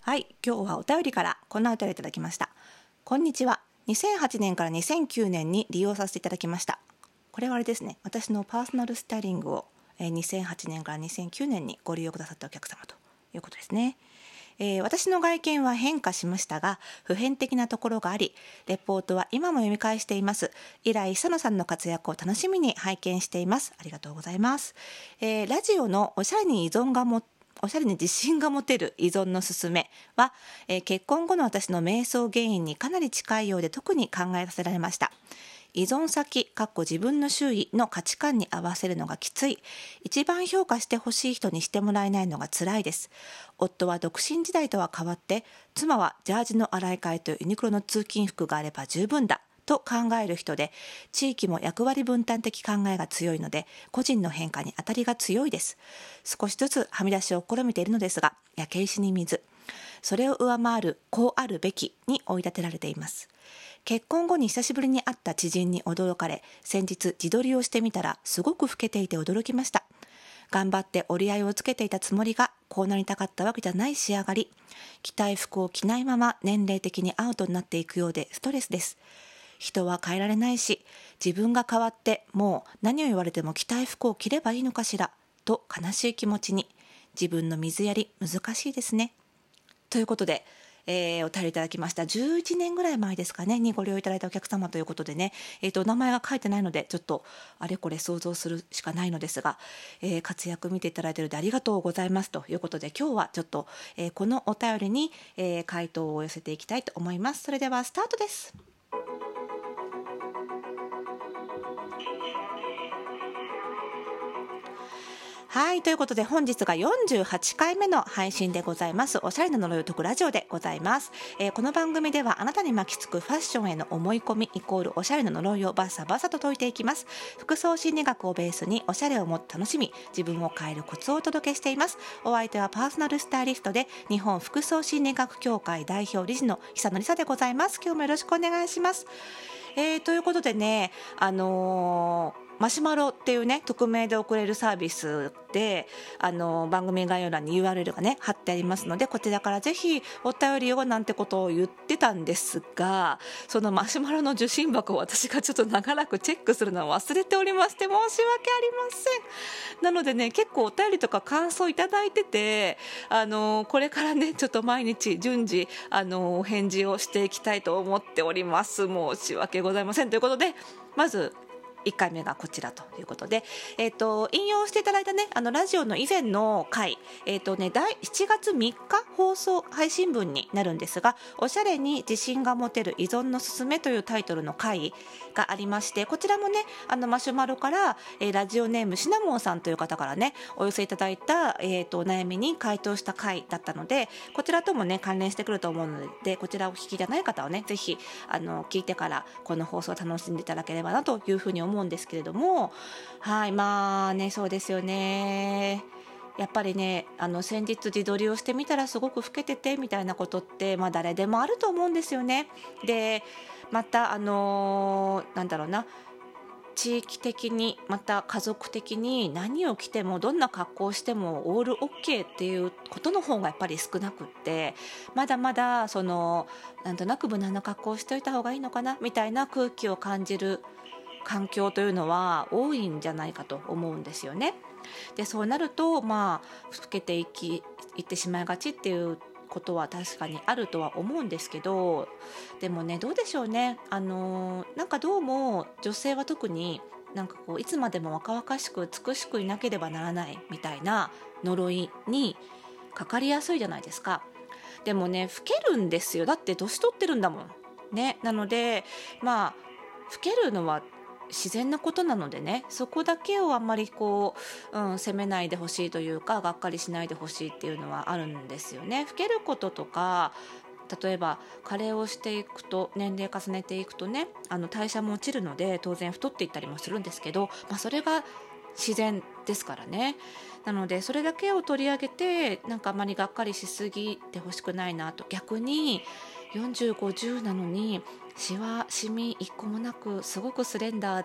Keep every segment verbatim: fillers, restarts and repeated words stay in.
はい、今日はお便りからこんなお便りいただきました。こんにちは。にせんはちねんからにせんきゅうねんに利用させていただきました。これはあれですね、私のパーソナルスタイリングをにせんはちねんからにせんきゅうねんにご利用くださったお客様ということですね。えー、私の外見は変化しましたが普遍的なところがあり、レポートは今も読み返しています。以来久野さんの活躍を楽しみに拝見しています。ありがとうございます。えー、ラジオのおしゃれに依存がもおしゃれに自信が持てる依存のすすめは、えー、結婚後の私の迷走原因にかなり近いようで特に考えさせられました。依存先かっこ自分の周囲の価値観に合わせるのがきつい、一番評価してほしい人にしてもらえないのが辛いです。夫は独身時代とは変わって、妻はジャージの洗い替えとユニクロの通勤服があれば十分だと考える人で、地域も役割分担的考えが強いので個人の変化に当たりが強いです。少しずつはみ出しを試みているのですが、焼け石に水、それを上回るこうあるべきに追い立てられています。結婚後に久しぶりに会った知人に驚かれ、先日自撮りをしてみたらすごく老けていて驚きました。頑張って折り合いをつけていたつもりがこうなりたかったわけじゃない仕上がり、着たい服を着ないまま年齢的にアウトになっていくようでストレスです。人は変えられないし、自分が変わってもう何を言われても着たい服を着ればいいのかしらと悲しい気持ちに。自分の水やり難しいですね。ということで、えー、お便りいただきました。じゅういちねんぐらい前ですかねにご利用いただいたお客様ということでね、えーと、お名前が書いてないのでちょっとあれこれ想像するしかないのですが、えー、活躍見ていただいているのでありがとうございますということで、今日はちょっと、えー、このお便りに、えー、回答を寄せていきたいと思います。それではスタートです。はい、ということで本日がよんじゅうはちかいめの配信でございます。おしゃれな呪いを解くラジオでございます。えー、この番組ではあなたに巻きつくファッションへの思い込みイコールおしゃれな呪いをバッサバサと解いていきます。服装心理学をベースにおしゃれをもっと楽しみ、自分を変えるコツをお届けしています。お相手はパーソナルスタイリストで日本服装心理学協会代表理事の久野理沙でございます。今日もよろしくお願いします。えー、ということでね、あのーマシュマロっていうね匿名で送れるサービスで、あの番組概要欄に ユーアールエル がね貼ってありますので、こちらからぜひお便りをなんてことを言ってたんですが、そのマシュマロの受信箱を私がちょっと長らくチェックするのを忘れておりまして、申し訳ありません。なのでね、結構お便りとか感想いただいてて、あのこれからねちょっと毎日順次あのお返事をしていきたいと思っております。申し訳ございません。ということで、まずいっかいめがこちらということで、えー、と引用していただいたねあのラジオの以前の回、えーとね、しちがつみっか放送配信分になるんですが、おしゃれに自信が持てる依存のすすめというタイトルの回がありまして、こちらもねあのマシュマロから、えー、ラジオネームシナモンさんという方からねお寄せいただいた、えー、とお悩みに回答した回だったので、こちらともね関連してくると思うので、こちらをお聞きじゃない方はねぜひあの聞いてからこの放送を楽しんでいただければなというふうに思うんですけれども、はいまあねそうですよね。やっぱりねあの先日自撮りをしてみたらすごく老けててみたいなことって、まあ、誰でもあると思うんですよね。でまたあのー、なんだろうな地域的にまた家族的に何を着てもどんな格好をしてもオール OK っていうことの方がやっぱり少なくって、まだまだそのなんとなく無難な格好をしておいた方がいいのかなみたいな空気を感じる環境というのは多いんじゃないかと思うんですよね。でそうなるとまあ老けていきいってしまいがちっていうことは確かにあるとは思うんですけど、でもねどうでしょうね、あのなんかどうも女性は特になんかこういつまでも若々しく美しくいなければならないみたいな呪いにかかりやすいじゃないですか。でもね老けるんですよ。だって年取ってるんだもんね。なのでまあ老けるのは自然なことなのでね、そこだけをあんまりこう、うん、責めないでほしいというかがっかりしないでほしいっていうのはあるんですよね。老けることとか例えば加齢をしていくと年齢重ねていくとねあの代謝も落ちるので当然太っていったりもするんですけど、まあ、それが自然ですからね。なのでそれだけを取り上げてなんかあまりがっかりしすぎてほしくないなと。逆によんじゅう、ごじゅうなのにシワシミ一個もなくすごくスレンダーって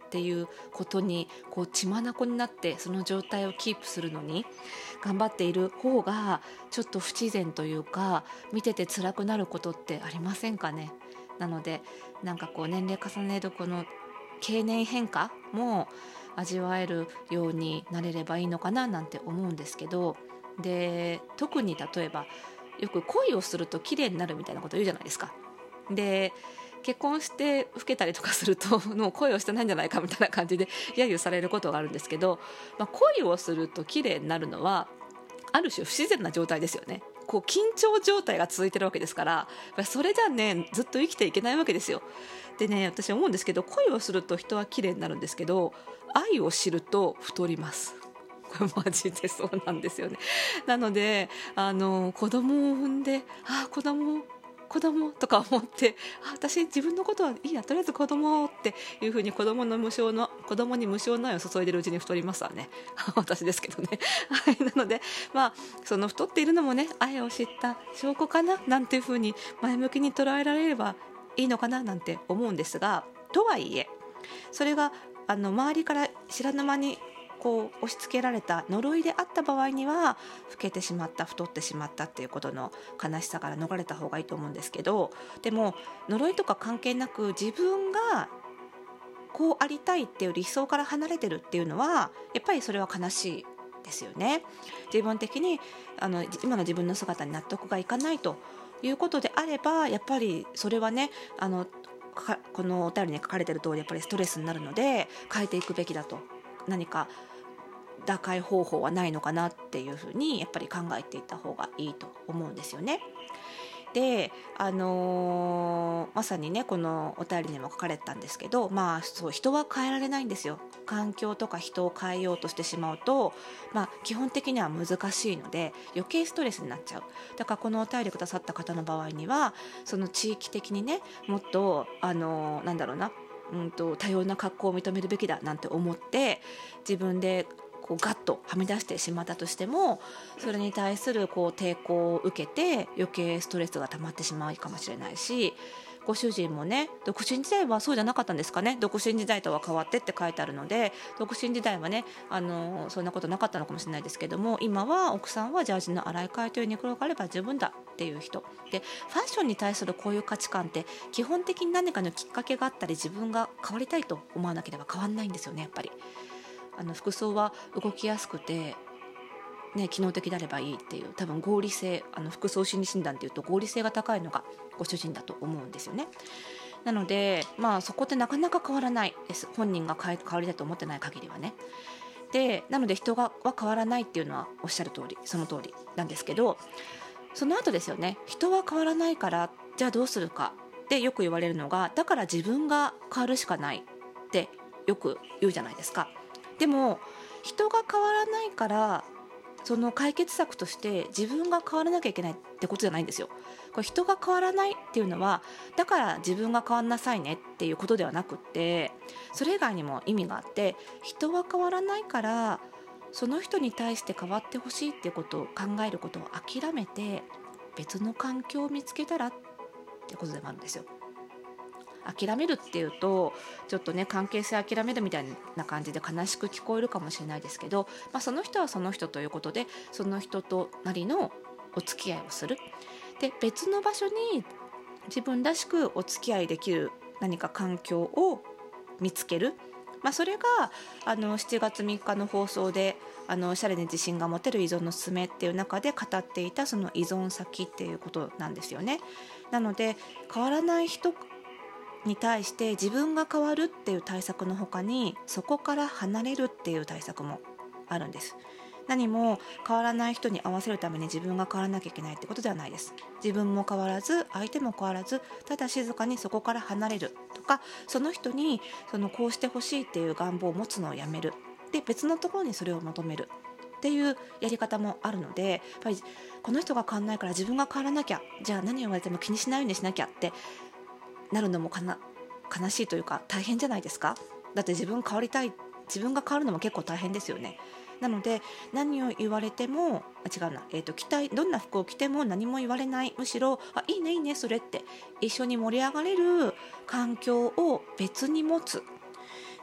っていうことにこう血眼になってその状態をキープするのに頑張っている方がちょっと不自然というか、見てて辛くなることってありませんかね。なのでなんかこう年齢重ねるこの経年変化も味わえるようになれればいいのかななんて思うんですけど、で特に例えばよく恋をすると綺麗になるみたいなこと言うじゃないですか。で結婚して老けたりとかするともう恋をしてないんじゃないかみたいな感じで揶揄されることがあるんですけど、まあ、恋をすると綺麗になるのはある種不自然な状態ですよね。こう緊張状態が続いてるわけですから、それじゃねずっと生きていけないわけですよ。でね、私思うんですけど、恋をすると人は綺麗になるんですけど、愛を知ると太ります。これマジでそうなんですよね。なのであの子供を産んで、あ子供子供とか思って、あ私自分のことはいいや、とりあえず子供っていうふうに子供の無償の子供に無償の愛を注いでるうちに太りますわね。私ですけどね。はい、なのでまあその太っているのもね、愛を知った証拠かななんていうふうに前向きに捉えられればいいのかななんて思うんですが、とはいえそれがあの周りから知らぬ間にこう押し付けられた呪いであった場合には、老けてしまった、太ってしまったっていうことの悲しさから逃れた方がいいと思うんですけど、でも呪いとか関係なく自分がこうありたいっていう理想から離れてるっていうのはやっぱりそれは悲しいですよね。自分的にあの今の自分の姿に納得がいかないということであれば、やっぱりそれはね、あのこのお便りに書かれている通りやっぱりストレスになるので変えていくべきだと、何か打開方法はないのかなっていうふうにやっぱり考えていった方がいいと思うんですよね。で、あのー、まさにねこのお便りにも書かれてたんですけど、まあそう人は変えられないんですよ。環境とか人を変えようとしてしまうと、まあ、基本的には難しいので余計ストレスになっちゃう。だからこのお便りくださった方の場合にはその地域的にねもっとあのー、なんだろうなうんと多様な格好を認めるべきだなんて思って自分でこうガッとはみ出してしまったとしても、それに対するこう抵抗を受けて余計ストレスが溜まってしまうかもしれないし、ご主人もね独身時代はそうじゃなかったんですかね。独身時代とは変わってって書いてあるので、独身時代はねあのそんなことなかったのかもしれないですけども、今は奥さんはジャージの洗い替えというに転がれば十分だっていう人で、ファッションに対するこういう価値観って基本的に何かのきっかけがあったり自分が変わりたいと思わなければ変わんないんですよね。やっぱりあの服装は動きやすくて、ね、機能的であればいいっていう、多分合理性、あの服装心理診断っていうと合理性が高いのがご主人だと思うんですよね。なので、まあ、そこってなかなか変わらないです。本人が変わりたいと思ってない限りはね。でなので人がは変わらないっていうのはおっしゃる通りその通りなんですけど、その後ですよね。人は変わらないからじゃあどうするかってよく言われるのが、だから自分が変わるしかないってよく言うじゃないですか。でも人が変わらないからその解決策として自分が変わらなきゃいけないってことじゃないんですよ。これ人が変わらないっていうのはだから自分が変わんなさいねっていうことではなくって、それ以外にも意味があって、人は変わらないからその人に対して変わってほしいっていうことを考えることを諦めて別の環境を見つけたらってことでもあるんですよ。諦めるっていうとちょっとね関係性諦めるみたいな感じで悲しく聞こえるかもしれないですけど、まあ、その人はその人ということでその人となりのお付き合いをする。で別の場所に自分らしくお付き合いできる何か環境を見つける。まあ、それがあのしちがつみっかの放送であのおしゃれに自信が持てる依存のすすめっていう中で語っていたその依存先っていうことなんですよね。なので変わらない人に対して自分が変わるっていう対策の他にそこから離れるっていう対策もあるんです。何も変わらない人に合わせるために自分が変わらなきゃいけないってことではないです。自分も変わらず相手も変わらず、ただ静かにそこから離れるとか、その人にそのこうしてほしいっていう願望を持つのをやめる、で別のところにそれを求めるっていうやり方もあるので、やっぱりこの人が変わらないから自分が変わらなきゃ、じゃあ何を言われても気にしないようにしなきゃってなるのもかな悲しいというか大変じゃないですか。だって自分変わりたい、自分が変わるのも結構大変ですよね。なので何を言われてもあ違うな、えーと、着たいどんな服を着ても何も言われない、むしろあいいねいいねそれって一緒に盛り上がれる環境を別に持つ。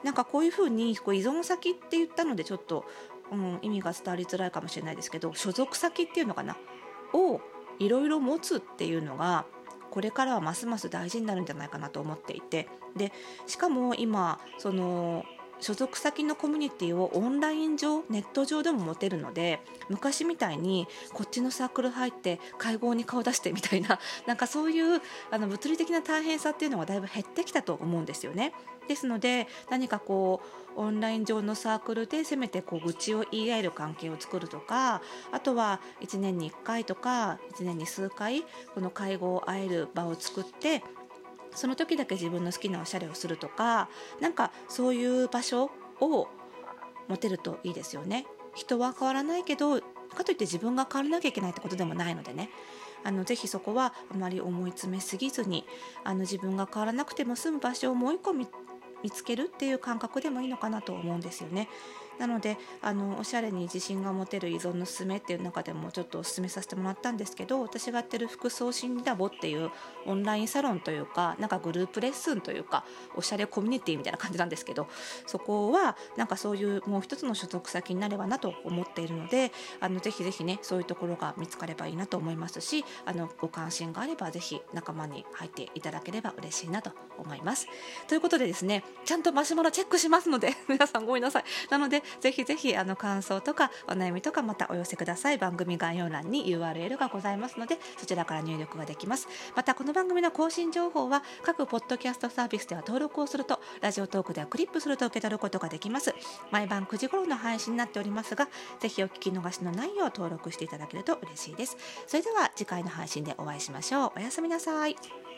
なんかこういうふうにこう依存先って言ったのでちょっと、うん、意味が伝わりづらいかもしれないですけど、所属先っていうのかなをいろいろ持つっていうのがこれからはますます大事になるんじゃないかなと思っていて、でしかも今その所属先のコミュニティをオンライン上ネット上でも持てるので、昔みたいにこっちのサークル入って会合に顔出してみたいななんかそういうあの物理的な大変さっていうのがだいぶ減ってきたと思うんですよね。ですので何かこうオンライン上のサークルでせめてこう愚痴を言い合える関係を作るとか、あとはいちねんにいっかいとかいちねんに数回この会合を会える場を作って、その時だけ自分の好きなおしゃれをするとか、なんかそういう場所を持てるといいですよね。人は変わらないけどかといって自分が変わらなきゃいけないってことでもないのでね、あのぜひそこはあまり思い詰めすぎずに、あの自分が変わらなくても済む場所をもう一個 見, 見つけるっていう感覚でもいいのかなと思うんですよね。なのであのおしゃれに自信が持てる依存のすすめっていう中でもちょっとおすすめさせてもらったんですけど、私がやってる服装心理ラボっていうオンラインサロンというか、なんかグループレッスンというかおしゃれコミュニティみたいな感じなんですけど、そこはなんかそういうもう一つの所属先になればなと思っているので、あのぜひぜひねそういうところが見つかればいいなと思いますし、あのご関心があればぜひ仲間に入っていただければ嬉しいなと思います。ということでですね、ちゃんとマシュマロチェックしますので皆さんごめんなさい。なのでぜひぜひあの感想とかお悩みとかまたお寄せください。番組概要欄に ユーアールエル がございますのでそちらから入力ができます。またこの番組の更新情報は各ポッドキャストサービスでは登録をすると、ラジオトークではクリップすると受け取ることができます。毎晩くじ頃の配信になっておりますが、ぜひお聞き逃しのないよう登録していただけると嬉しいです。それでは次回の配信でお会いしましょう。おやすみなさい。